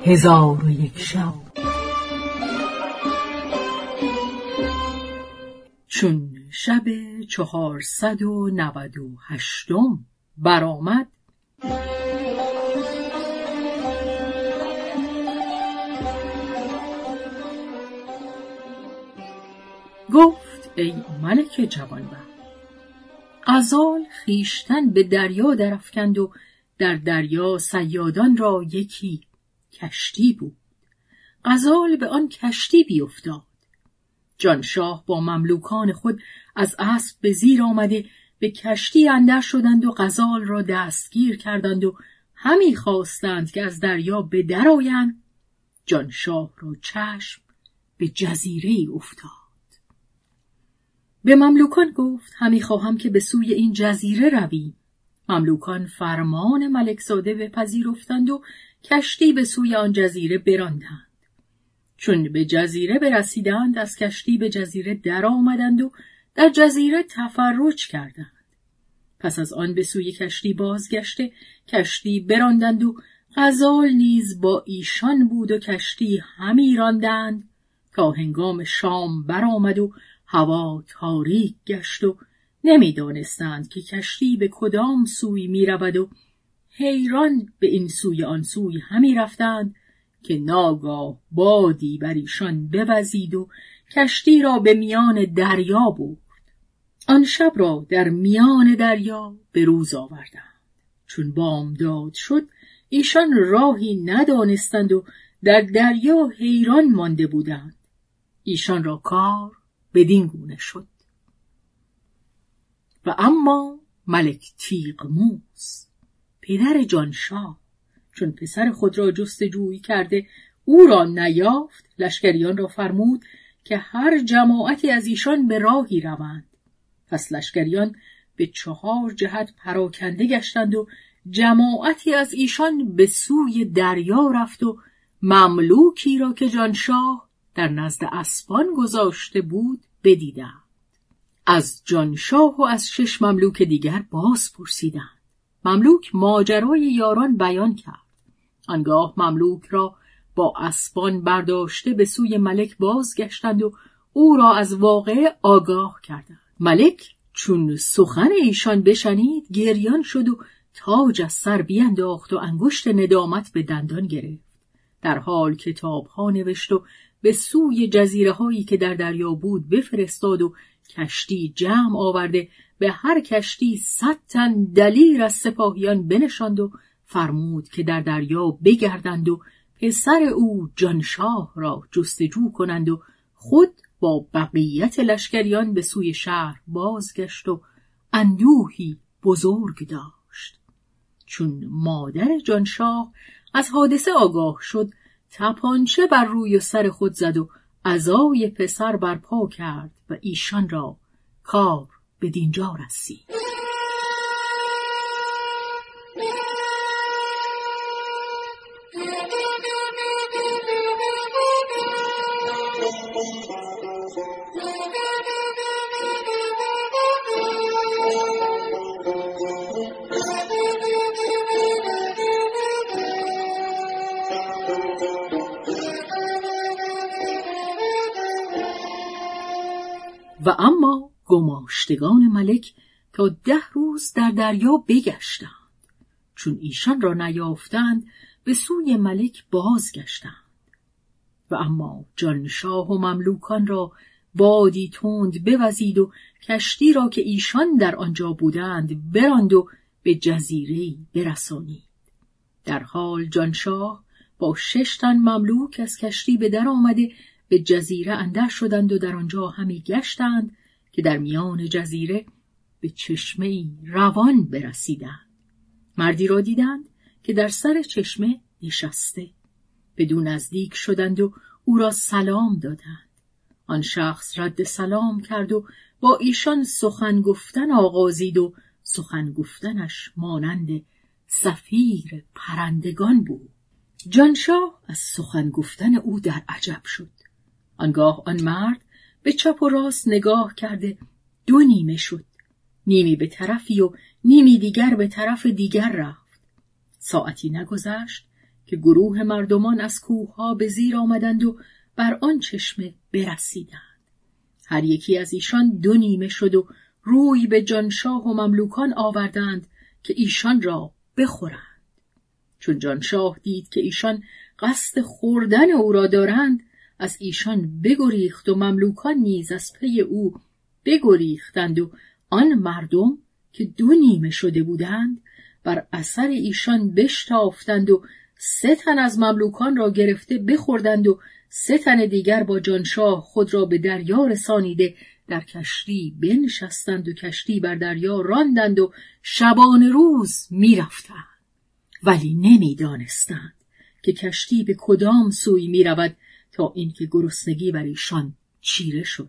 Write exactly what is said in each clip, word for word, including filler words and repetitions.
هزار و یک شب. چون شب چهارصد و نود و هشتم برآمد، گفت ای ملک جوانبخت، غزال خویشتن به دریا درافکند و در دریا صیادان را یکی کشتی بود. غزال به آن کشتی بیفتاد. جانشاه با مملوکان خود از اسب به زیر آمده به کشتی اندر شدند و غزال را دستگیر کردند و همی خواستند که از دریا به در آیند. جانشاه را چشم به جزیره ای افتاد. به مملوکان گفت همی خواهم که به سوی این جزیره رویم. مملوکان فرمان ملکزاده بپذیرفتند و کشتی به سوی آن جزیره براندند. چون به جزیره برسیدند از کشتی به جزیره در آمدند و در جزیره تفرج کردند. پس از آن به سوی کشتی بازگشته کشتی براندند و غزال نیز با ایشان بود و کشتی همی راندند تا هنگام شام برآمد و هوا تاریک گشت و نمیدانستند که کشتی به کدام سوی می رود و حیران به این سوی آن سوی همی رفتند که ناگاه بادی بر ایشان بوزید و کشتی را به میان دریا برد. آن شب را در میان دریا به روز آوردند. چون بامداد شد ایشان راهی ندانستند و در دریا حیران مانده بودند. ایشان را کار بدین گونه شد. و اما ملک تیغموس پدر جانشاه چون پسر خود را جستجوی کرده او را نیافت، لشکریان را فرمود که هر جماعتی از ایشان به راهی روند. پس لشکریان به چهار جهت پراکنده گشتند و جماعتی از ایشان به سوی دریا رفت و مملوکی را که جانشاه در نزد اسبان گذاشته بود بدیدند. از جانشاه و از شش مملوک دیگر باز پرسیدند. مملوک ماجرای یاران بیان کرد. آنگاه مملوک را با اسبان برداشته به سوی ملک بازگشتند و او را از واقعه آگاه کردند. ملک چون سخن ایشان بشنید گریان شد و تاج از سر بینداخت و انگشت ندامت به دندان گرفت. در حال کتاب‌ها نوشت و به سوی جزیره هایی که در دریا بود بفرستاد و کشتی جمع آورده به هر کشتی صد تن دلیر از سپاهیان بنشاند و فرمود که در دریا بگردند و پسر او جانشاه را جستجو کنند و خود با بقیت لشکریان به سوی شهر بازگشت و اندوهی بزرگ داشت. چون مادر جانشاه از حادثه آگاه شد تپانچه بر روی و سر خود زد و عزای پسر برپا کرد و ایشان را کار به دینجا رسید. و اما گماشتگان ملک تا ده روز در دریا بگشتند. چون ایشان را نیافتند به سوی ملک بازگشتند. و اما جانشاه و مملوکان را بادی تند بوزید و کشتی را که ایشان در آنجا بودند براند و به جزیره‌ای برسانید. در حال جانشاه با شش تن مملوک از کشتی به در آمده به جزیره اندر شدند و در آنجا همی گشتند که در میان جزیره به چشمه‌ای روان برسیدند. مردی را دیدند که در سر چشمه نشسته. بدون نزدیک شدند و او را سلام دادند. آن شخص رد سلام کرد و با ایشان سخن گفتن آغازید و سخن گفتنش مانند صفیر پرندگان بود. جانشاه از سخن گفتن او در عجب شد. آنگاه آن مرد به چپ و راست نگاه کرده دو نیمه شد. نیمی به طرفی و نیمی دیگر به طرف دیگر رفت. ساعتی نگذشت که گروه مردمان از کوه‌ها به زیر آمدند و بر آن چشمه برسیدند. هر یکی از ایشان دو نیمه شد و روی به جانشاه و مملوکان آوردند که ایشان را بخورند. چون جانشاه دید که ایشان قصد خوردن او را دارند، از ایشان بگریخت و مملوکان نیز از پی او بگریختند و آن مردم که دو نیمه شده بودند بر اثر ایشان بشتافتند و سه تن از مملوکان را گرفته بخوردند و سه تن دیگر با جانشاه خود را به دریا رسانیده در کشتی بنشستند و کشتی بر دریا راندند و شبان روز می رفتند. ولی نمی دانستند که کشتی به کدام سوی می رود تا اینکه گرسنگی بر ایشان چیره شد.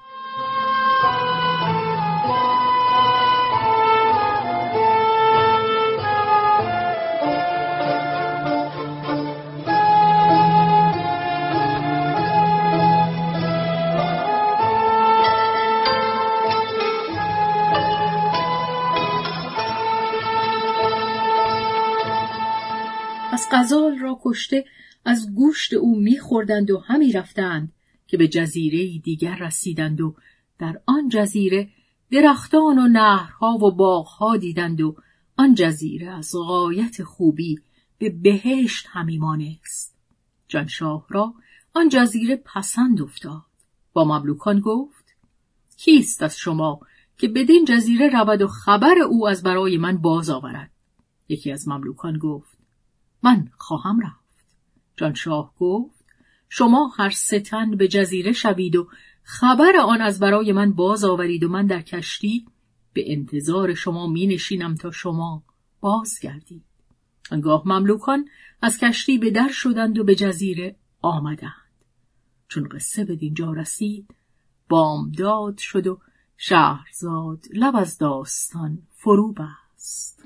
پس غزال را کشته از گوشت او می‌خوردند و همی رفتند که به جزیره دیگر رسیدند و در آن جزیره درختان و نهرها و باغها دیدند و آن جزیره از غایت خوبی به بهشت همی مانست. جانشاه را آن جزیره پسند افتاد. با مملوکان گفت: کیست از شما که بدین جزیره رود و خبر او از برای من باز آورد؟ یکی از مملوکان گفت: من خواهم رفت. جانشاه گفت: شما هر سه تن به جزیره شوید و خبر آن از برای من باز آورید و من در کشتی به انتظار شما می نشینم تا شما بازگردید. آنگاه مملوکان از کشتی به در شدند و به جزیره آمدند. چون قصه به دینجا رسید، بامداد شد و شهرزاد لب از داستان فرو بست.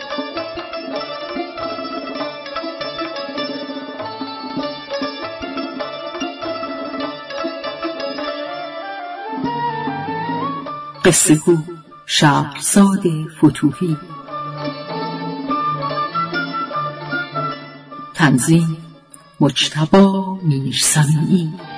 قصه گو شهرزاد فتوحی. تنظیم مجتبی میرسمیعی.